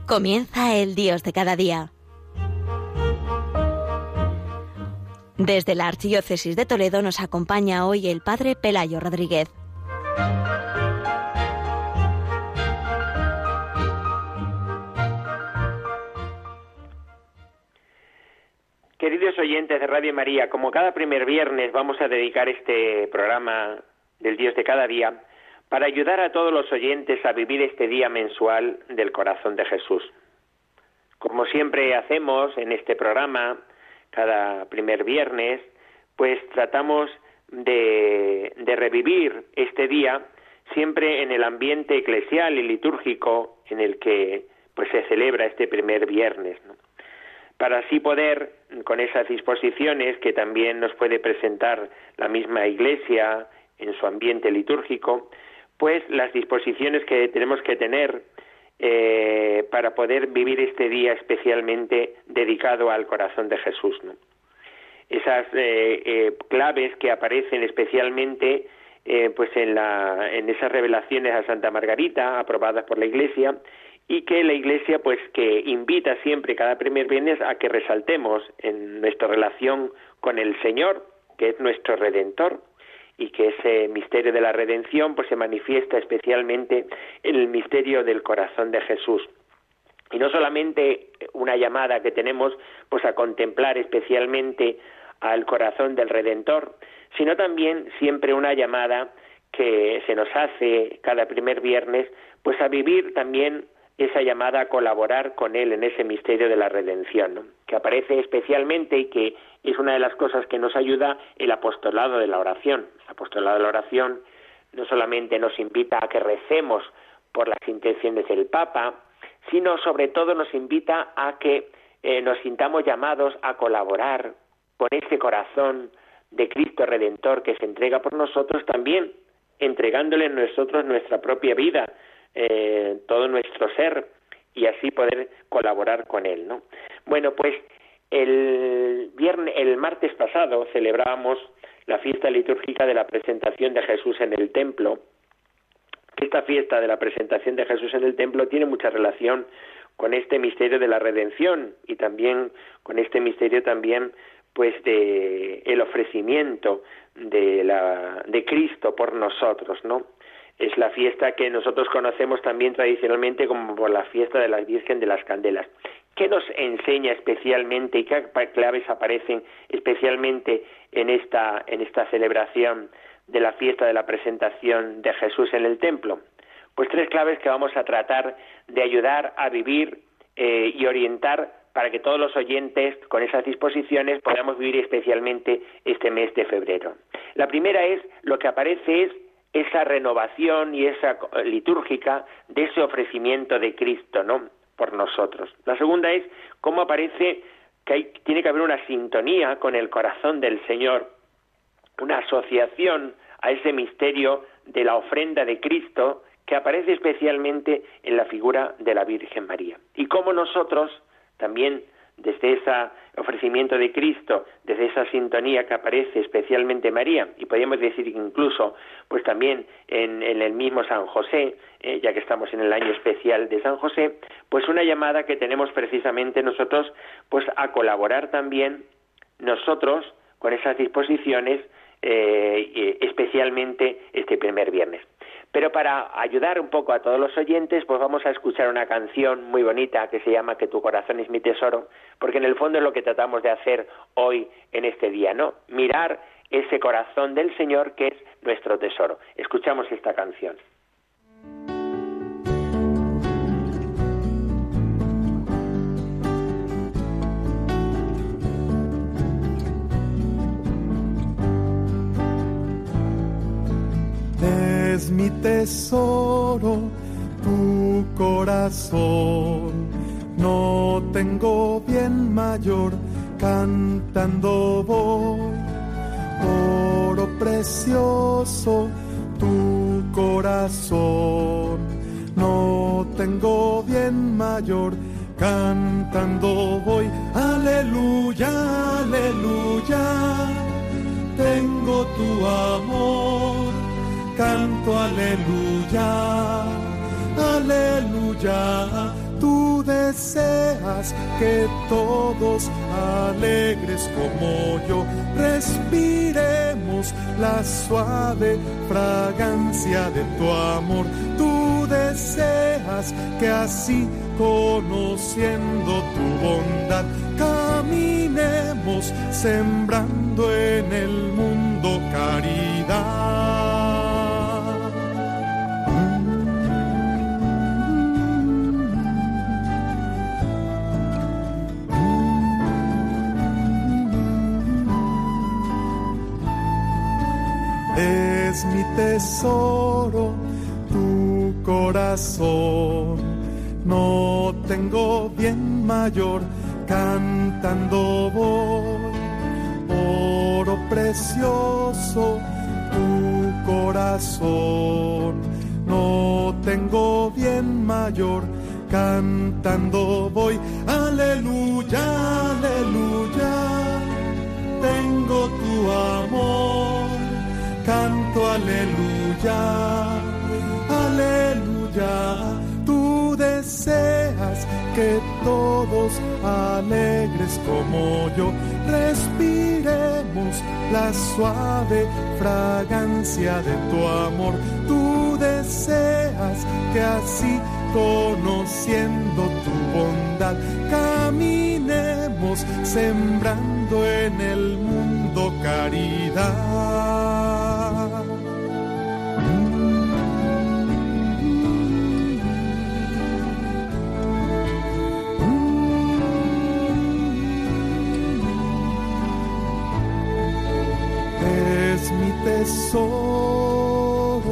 Comienza el Dios de cada día. Desde la Archidiócesis de Toledo nos acompaña hoy el Padre Pelayo Rodríguez. Queridos oyentes de Radio María, como cada primer viernes vamos a dedicar este programa del Dios de cada día para ayudar a todos los oyentes a vivir este día mensual del corazón de Jesús. Como siempre hacemos en este programa, cada primer viernes, pues tratamos de revivir este día siempre en el ambiente eclesial y litúrgico en el que pues se celebra este primer viernes, ¿no? Para así poder, con esas disposiciones que también nos puede presentar la misma Iglesia en su ambiente litúrgico, pues las disposiciones que tenemos que tener para poder vivir este día especialmente dedicado al corazón de Jesús, ¿no? Esas claves que aparecen especialmente pues en esas revelaciones a Santa Margarita aprobadas por la Iglesia, y que la Iglesia pues que invita siempre cada primer viernes a que resaltemos en nuestra relación con el Señor, que es nuestro Redentor, y que ese misterio de la redención pues se manifiesta especialmente en el misterio del corazón de Jesús. Y no solamente una llamada que tenemos pues a contemplar especialmente al corazón del Redentor, sino también siempre una llamada que se nos hace cada primer viernes pues a vivir también esa llamada a colaborar con Él en ese misterio de la redención, ¿no? Que aparece especialmente y que es una de las cosas que nos ayuda el apostolado de la oración. El apostolado de la oración no solamente nos invita a que recemos por las intenciones del Papa, sino sobre todo nos invita a que nos sintamos llamados a colaborar con ese corazón de Cristo Redentor que se entrega por nosotros, también entregándole a nosotros nuestra propia vida, todo nuestro ser, y así poder colaborar con Él, ¿no? Bueno, pues el martes pasado celebrábamos la fiesta litúrgica de la presentación de Jesús en el templo. Esta fiesta de la presentación de Jesús en el templo tiene mucha relación con este misterio de la redención y también con este misterio también pues de el ofrecimiento de Cristo por nosotros, ¿no? Es la fiesta que nosotros conocemos también tradicionalmente como por la fiesta de la Virgen de las Candelas. ¿Qué nos enseña especialmente y qué claves aparecen especialmente en esta celebración de la fiesta de la presentación de Jesús en el templo? Pues 3 claves que vamos a tratar de ayudar a vivir y orientar para que todos los oyentes con esas disposiciones podamos vivir especialmente este mes de febrero. La primera es, lo que aparece es esa renovación y esa litúrgica de ese ofrecimiento de Cristo, ¿no?, por nosotros. La segunda es cómo aparece que tiene que haber una sintonía con el corazón del Señor, una asociación a ese misterio de la ofrenda de Cristo que aparece especialmente en la figura de la Virgen María. Y cómo nosotros también desde ese ofrecimiento de Cristo, desde esa sintonía que aparece especialmente María, y podríamos decir incluso pues también en el mismo San José, ya que estamos en el año especial de San José, pues una llamada que tenemos precisamente nosotros pues a colaborar también nosotros con esas disposiciones, especialmente este primer viernes. Pero para ayudar un poco a todos los oyentes, pues vamos a escuchar una canción muy bonita que se llama Que tu corazón es mi tesoro, porque en el fondo es lo que tratamos de hacer hoy en este día, ¿no? Mirar ese corazón del Señor que es nuestro tesoro. Escuchamos esta canción. Es mi tesoro, tu corazón. No tengo bien mayor, cantando voy. Oro precioso, tu corazón. No tengo bien mayor, cantando voy. Aleluya, aleluya. Tengo tu amor. Canto aleluya, aleluya, tu deseas que todos alegres como yo respiremos la suave fragancia de tu amor. Tú deseas que así, conociendo tu bondad, caminemos sembrando en el mundo caridad. Es mi tesoro, tu corazón. No tengo bien mayor, cantando voy. Oro precioso, tu corazón. No tengo bien mayor, cantando voy. Aleluya, aleluya, tengo tu amor. Canto aleluya, aleluya. Tú deseas que todos alegres como yo respiremos la suave fragancia de tu amor. Tú deseas que así, conociendo tu bondad, caminemos sembrando en el mundo caridad. Es mi tesoro.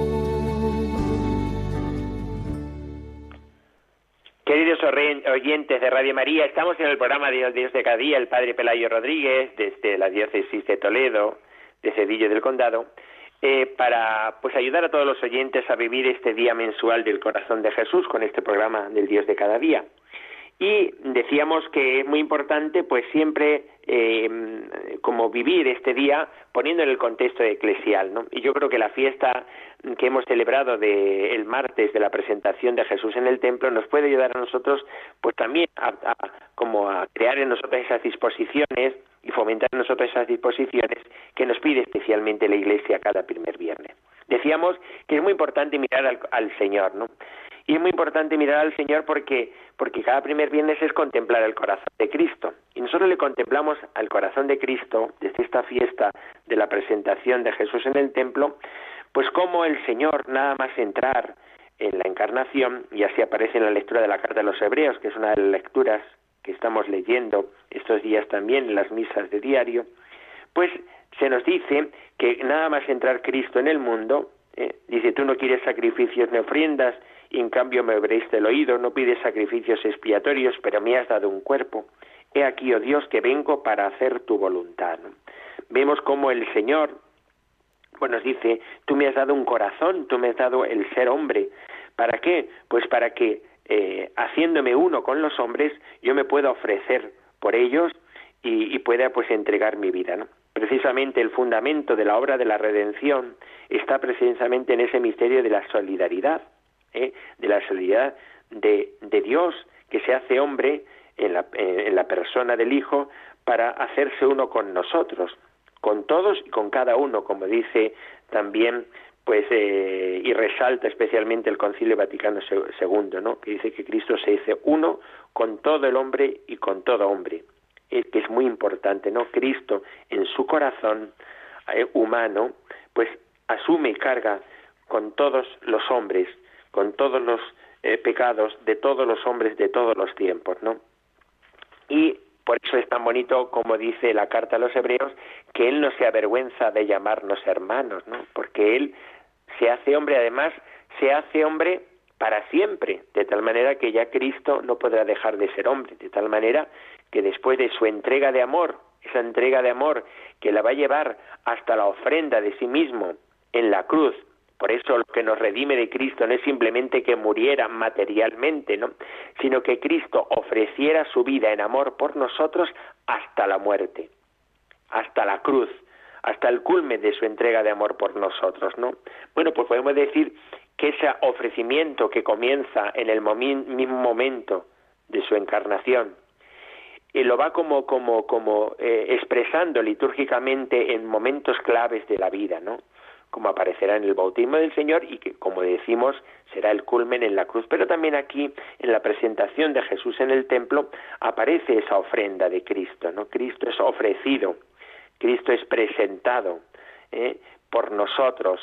Queridos oyentes de Radio María, estamos en el programa de Dios de cada día, el Padre Pelayo Rodríguez, desde la diócesis de Toledo, de Cedillo del Condado, para ayudar a todos los oyentes a vivir este día mensual del corazón de Jesús con este programa del Dios de cada día. Y decíamos que es muy importante siempre como vivir este día poniendo en el contexto eclesial, ¿no? Y yo creo que la fiesta que hemos celebrado el martes de la presentación de Jesús en el templo nos puede ayudar a nosotros también a crear en nosotros esas disposiciones y fomentar en nosotros esas disposiciones que nos pide especialmente la Iglesia cada primer viernes. Decíamos que es muy importante mirar al Señor, ¿no? Y es muy importante mirar al Señor porque cada primer viernes es contemplar el corazón de Cristo. Y nosotros le contemplamos al corazón de Cristo desde esta fiesta de la presentación de Jesús en el templo, como el Señor, nada más entrar en la encarnación, y así aparece en la lectura de la carta de los Hebreos, que es una de las lecturas que estamos leyendo estos días también en las misas de diario, se nos dice que nada más entrar Cristo en el mundo, dice, tú no quieres sacrificios ni ofrendas, y en cambio me abriste el oído, no pides sacrificios expiatorios, pero me has dado un cuerpo. He aquí, oh Dios, que vengo para hacer tu voluntad, ¿no? Vemos cómo el Señor nos dice, tú me has dado un corazón, tú me has dado el ser hombre. ¿Para qué? Para que haciéndome uno con los hombres, yo me pueda ofrecer por ellos y pueda entregar mi vida, ¿no? Precisamente el fundamento de la obra de la redención está precisamente en ese misterio de la solidaridad, de la solidaridad de Dios que se hace hombre en la persona del Hijo para hacerse uno con nosotros, con todos y con cada uno, como dice también y resalta especialmente el Concilio Vaticano II, ¿no? Que dice que Cristo se hace uno con todo el hombre y con todo hombre, que es muy importante, ¿no? Cristo en su corazón humano asume y carga con todos los hombres, con todos los pecados de todos los hombres de todos los tiempos, ¿no? Y por eso es tan bonito, como dice la carta a los Hebreos, que Él no se avergüenza de llamarnos hermanos, ¿no? Porque Él se hace hombre, además, se hace hombre para siempre, de tal manera que ya Cristo no podrá dejar de ser hombre, de tal manera que después de su entrega de amor, esa entrega de amor que la va a llevar hasta la ofrenda de sí mismo en la cruz. Por eso lo que nos redime de Cristo no es simplemente que muriera materialmente, ¿no? Sino que Cristo ofreciera su vida en amor por nosotros hasta la muerte, hasta la cruz, hasta el culmen de su entrega de amor por nosotros, ¿no? Bueno, podemos decir que ese ofrecimiento que comienza en el mismo momento de su encarnación. Y lo va como expresando litúrgicamente en momentos claves de la vida, ¿no? Como aparecerá en el bautismo del Señor y que, como decimos, será el culmen en la cruz. Pero también aquí, en la presentación de Jesús en el templo, aparece esa ofrenda de Cristo, ¿no? Cristo es ofrecido, Cristo es presentado por nosotros,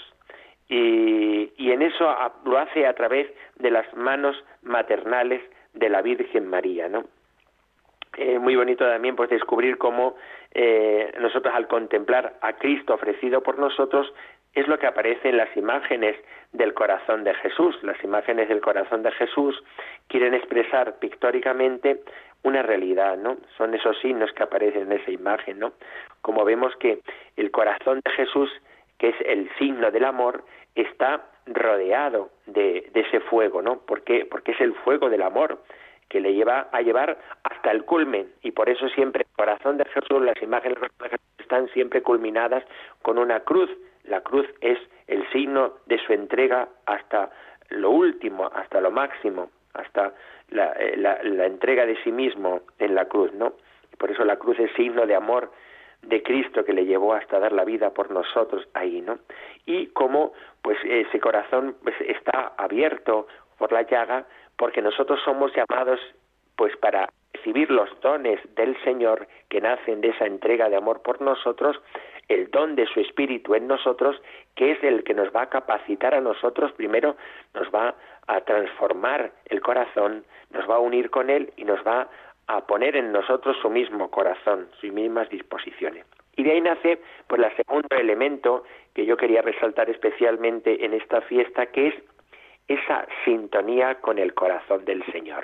y en eso lo hace a través de las manos maternales de la Virgen María, ¿no? Muy bonito también pues descubrir cómo nosotros al contemplar a Cristo ofrecido por nosotros es lo que aparece en las imágenes del corazón de Jesús. Las imágenes del corazón de Jesús quieren expresar pictóricamente una realidad, ¿no? Son esos signos que aparecen en esa imagen, ¿no? Como vemos que el corazón de Jesús, que es el signo del amor, está rodeado de ese fuego, ¿no? ¿Por qué? Porque es el fuego del amor que le lleva a llevar hasta el culmen, y por eso siempre el corazón de Jesús, las imágenes de Jesús están siempre culminadas con una cruz. La cruz es el signo de su entrega hasta lo último, hasta lo máximo, hasta la entrega de sí mismo en la cruz, ¿no? Y por eso la cruz es signo de amor de Cristo que le llevó hasta dar la vida por nosotros ahí, ¿no? Y cómo pues ese corazón pues está abierto por la llaga, porque nosotros somos llamados pues para recibir los dones del Señor que nacen de esa entrega de amor por nosotros, el don de su Espíritu en nosotros, que es el que nos va a capacitar a nosotros, primero nos va a transformar el corazón, nos va a unir con Él y nos va a poner en nosotros su mismo corazón, sus mismas disposiciones. Y de ahí nace pues el segundo elemento que yo quería resaltar especialmente en esta fiesta, que es esa sintonía con el corazón del Señor.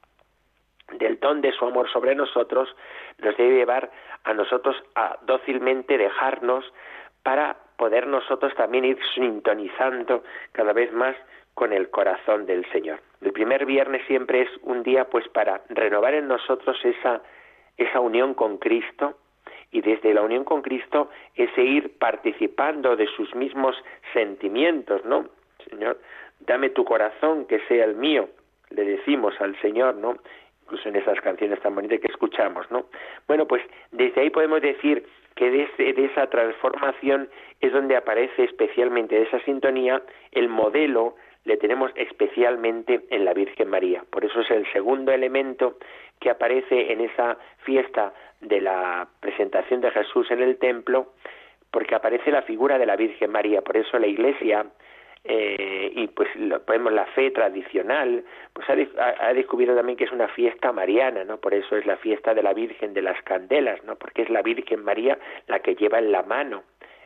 Del don de su amor sobre nosotros nos debe llevar a nosotros a dócilmente dejarnos para poder nosotros también ir sintonizando cada vez más con el corazón del Señor. El primer viernes siempre es un día pues para renovar en nosotros esa unión con Cristo, y desde la unión con Cristo ese ir participando de sus mismos sentimientos, ¿no? Señor, dame tu corazón que sea el mío, le decimos al Señor, ¿no? Incluso en esas canciones tan bonitas que escuchamos, ¿no? Bueno, pues desde ahí podemos decir que de esa transformación es donde aparece especialmente de esa sintonía el modelo, le tenemos especialmente en la Virgen María. Por eso es el segundo elemento que aparece en esa fiesta de la presentación de Jesús en el templo, porque aparece la figura de la Virgen María. Por eso la Iglesia y pues podemos la fe tradicional pues ha descubierto también que es una fiesta mariana, ¿no? Por eso es la fiesta de la Virgen de las Candelas, ¿no? Porque es la Virgen María la que lleva en la mano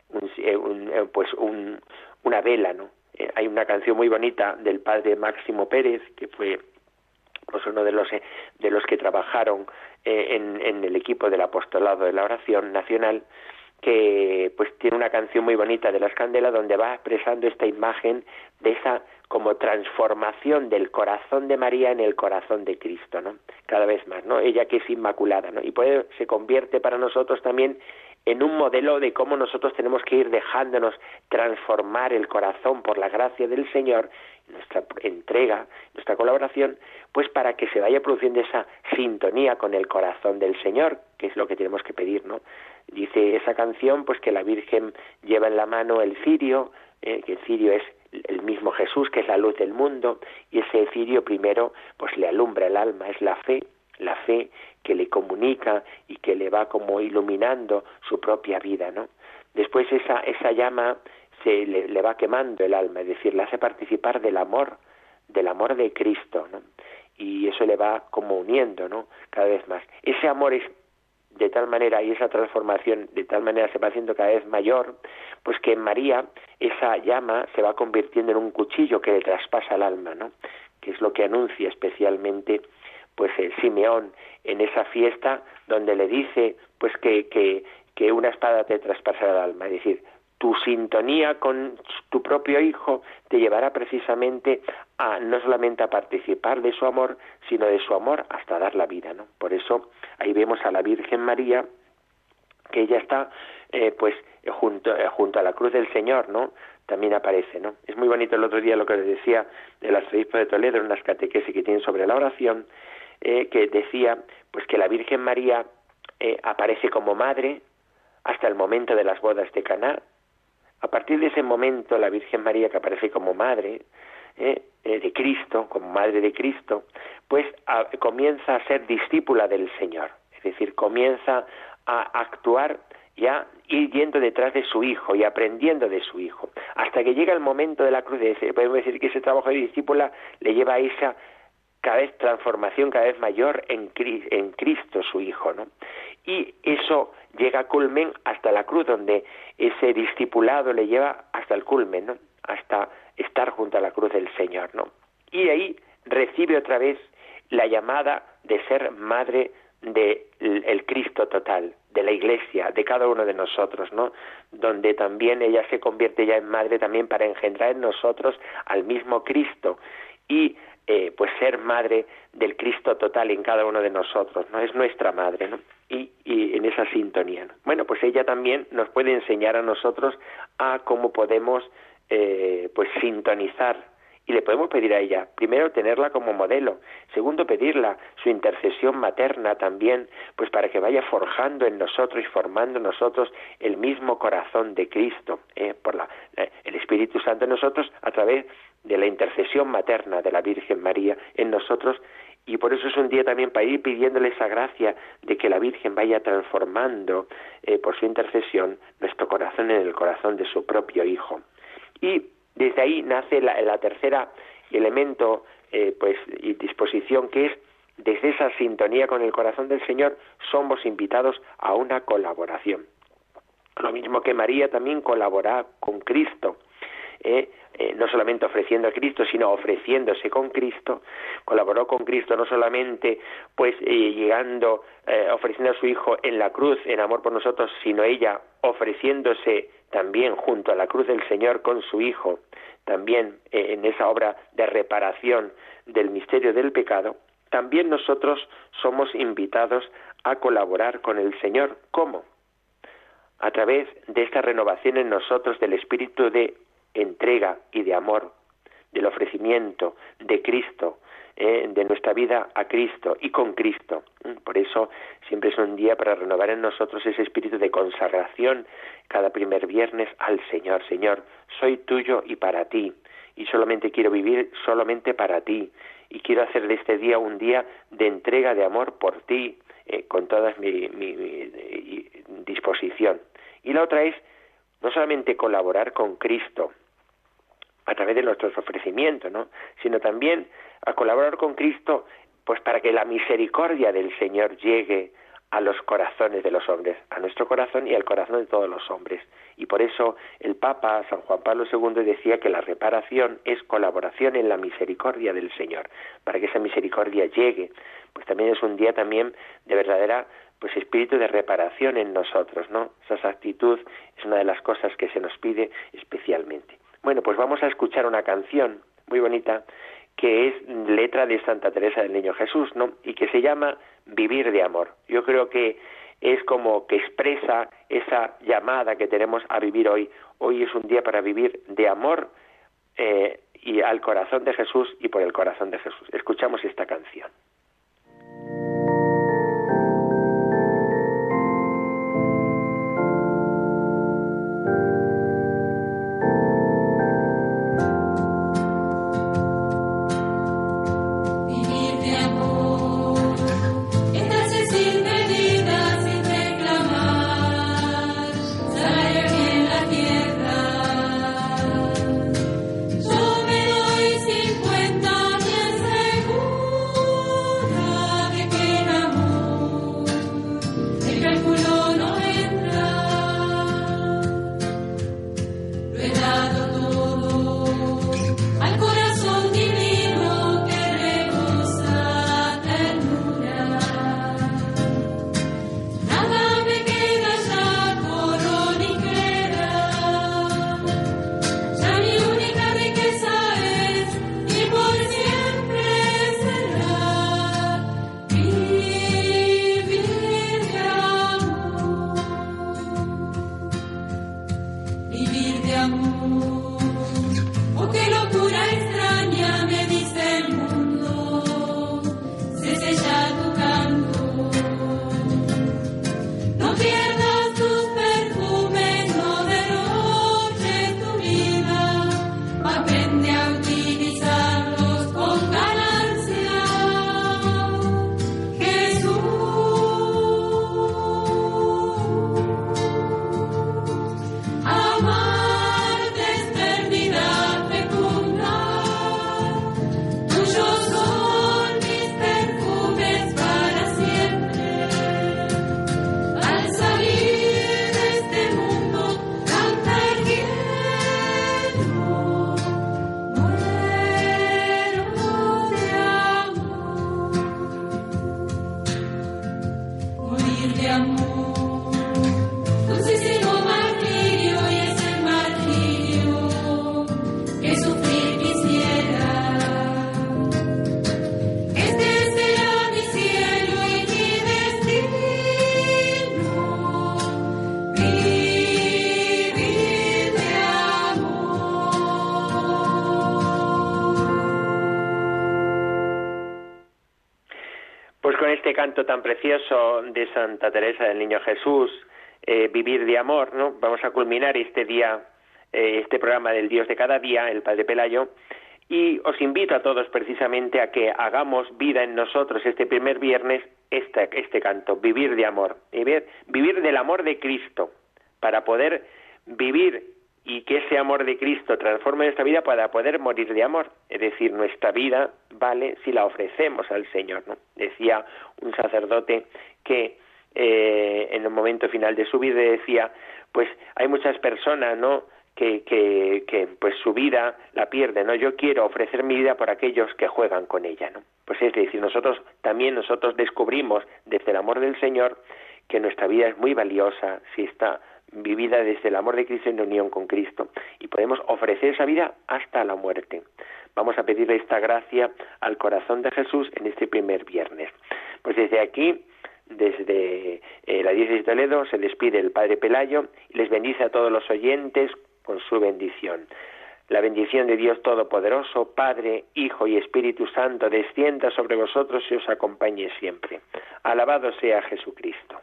una vela, ¿no? Hay una canción muy bonita del padre Máximo Pérez, que fue pues uno de los que trabajaron en el equipo del apostolado de la oración nacional, que pues tiene una canción muy bonita de las Candelas donde va expresando esta imagen de esa como transformación del corazón de María en el corazón de Cristo, ¿no? Cada vez más, ¿no? Ella que es inmaculada, ¿no? Y se convierte para nosotros también en un modelo de cómo nosotros tenemos que ir dejándonos transformar el corazón por la gracia del Señor, nuestra entrega, nuestra colaboración, pues para que se vaya produciendo esa sintonía con el corazón del Señor, que es lo que tenemos que pedir, ¿no? Dice esa canción pues que la Virgen lleva en la mano el cirio, que el cirio es el mismo Jesús, que es la luz del mundo, y ese cirio primero pues le alumbra el alma, es la fe que le comunica y que le va como iluminando su propia vida, ¿no? Después esa llama le va quemando el alma, es decir, le hace participar del amor de Cristo, ¿no? Y eso le va como uniendo, ¿no? Cada vez más. Ese amor es de tal manera, y esa transformación de tal manera se va haciendo cada vez mayor, pues que en María esa llama se va convirtiendo en un cuchillo que le traspasa el alma, ¿no? Que es lo que anuncia especialmente pues Simeón en esa fiesta, donde le dice pues que una espada te traspasará el alma, es decir, tu sintonía con tu propio Hijo te llevará precisamente a no solamente a participar de su amor, sino de su amor hasta dar la vida, ¿no? Por eso ahí vemos a la Virgen María, que ella está pues junto a la cruz del Señor, ¿no? También aparece, ¿no? Es muy bonito el otro día lo que les decía el arzobispo de Toledo en unas catequesis que tienen sobre la oración, que decía pues que la Virgen María aparece como madre hasta el momento de las bodas de Caná. A partir de ese momento, la Virgen María, que aparece como madre de Cristo, como madre de Cristo, pues comienza a ser discípula del Señor. Es decir, comienza a actuar ya ir yendo detrás de su Hijo y aprendiendo de su Hijo, hasta que llega el momento de la cruz. Podemos decir que ese trabajo de discípula le lleva a esa cada vez transformación cada vez mayor en Cristo su Hijo, ¿no? Y eso llega a culmen hasta la cruz, donde ese discipulado le lleva hasta el culmen, ¿no? Hasta estar junto a la cruz del Señor, ¿no? Y ahí recibe otra vez la llamada de ser madre del Cristo total, de la Iglesia, de cada uno de nosotros, ¿no? Donde también ella se convierte ya en madre también para engendrar en nosotros al mismo Cristo y pues ser madre del Cristo total en cada uno de nosotros, ¿no? Es nuestra madre, ¿no? Y en esa sintonía, ¿no? Bueno, pues ella también nos puede enseñar a nosotros a cómo podemos pues sintonizar, y le podemos pedir a ella, primero, tenerla como modelo, segundo, pedirla su intercesión materna también, pues para que vaya forjando en nosotros y formando en nosotros el mismo corazón de Cristo, por el Espíritu Santo en nosotros, a través de la intercesión materna de la Virgen María en nosotros. Y por eso es un día también para ir pidiéndole esa gracia de que la Virgen vaya transformando por su intercesión nuestro corazón en el corazón de su propio Hijo. Y desde ahí nace la tercera elemento y disposición, que es desde esa sintonía con el corazón del Señor somos invitados a una colaboración. Lo mismo que María también colabora con Cristo, no solamente ofreciendo a Cristo, sino ofreciéndose con Cristo. Colaboró con Cristo no solamente llegando, ofreciendo a su Hijo en la cruz en amor por nosotros, sino ella ofreciéndose también junto a la cruz del Señor con su Hijo, también en esa obra de reparación del misterio del pecado. También nosotros somos invitados a colaborar con el Señor. ¿Cómo? A través de esta renovación en nosotros del espíritu de entrega y de amor, del ofrecimiento de Cristo, de nuestra vida a Cristo y con Cristo. Por eso siempre es un día para renovar en nosotros ese espíritu de consagración cada primer viernes al Señor. Señor, soy tuyo y para ti, y solamente quiero vivir solamente para ti, y quiero hacer de este día un día de entrega de amor por ti, con toda mi disposición. Y la otra es no solamente colaborar con Cristo a través de nuestros ofrecimientos, ¿no?, sino también a colaborar con Cristo pues para que la misericordia del Señor llegue a los corazones de los hombres, a nuestro corazón y al corazón de todos los hombres. Y por eso el Papa San Juan Pablo II decía que la reparación es colaboración en la misericordia del Señor, para que esa misericordia llegue. Pues también es un día también de verdadera pues espíritu de reparación en nosotros, ¿no? Esa actitud es una de las cosas que se nos pide especialmente. Bueno, pues vamos a escuchar una canción muy bonita que es letra de Santa Teresa del Niño Jesús, ¿no?, y que se llama Vivir de Amor. Yo creo que es como que expresa esa llamada que tenemos a vivir hoy. Hoy es un día para vivir de amor y al corazón de Jesús y por el corazón de Jesús. Escuchamos esta canción. Se sella este canto tan precioso de Santa Teresa del Niño Jesús, Vivir de Amor, ¿no? Vamos a culminar este día, este programa del Dios de cada día, el Padre Pelayo, y os invito a todos precisamente a que hagamos vida en nosotros este primer viernes este canto, Vivir de Amor, vivir del amor de Cristo, para poder vivir y que ese amor de Cristo transforme nuestra vida para poder morir de amor. Es decir, nuestra vida vale si la ofrecemos al Señor, ¿no? Decía un sacerdote que en el momento final de su vida decía, pues hay muchas personas, ¿no?, que pues su vida la pierden, ¿no? Yo quiero ofrecer mi vida por aquellos que juegan con ella, ¿no? Pues es decir, nosotros descubrimos desde el amor del Señor que nuestra vida es muy valiosa si está vivida desde el amor de Cristo en unión con Cristo, y podemos ofrecer esa vida hasta la muerte. Vamos a pedirle esta gracia al corazón de Jesús en este primer viernes. Pues desde aquí, desde la diócesis de Toledo, se despide el Padre Pelayo y les bendice a todos los oyentes con su bendición. La bendición de Dios Todopoderoso, Padre, Hijo y Espíritu Santo, descienda sobre vosotros y os acompañe siempre. Alabado sea Jesucristo.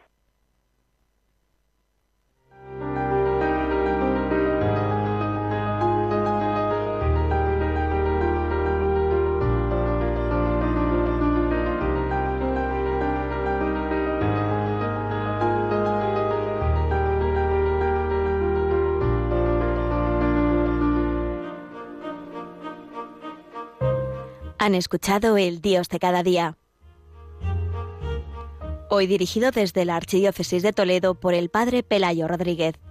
Han escuchado el Dios de cada día. Hoy dirigido desde la Archidiócesis de Toledo por el Padre Pelayo Rodríguez.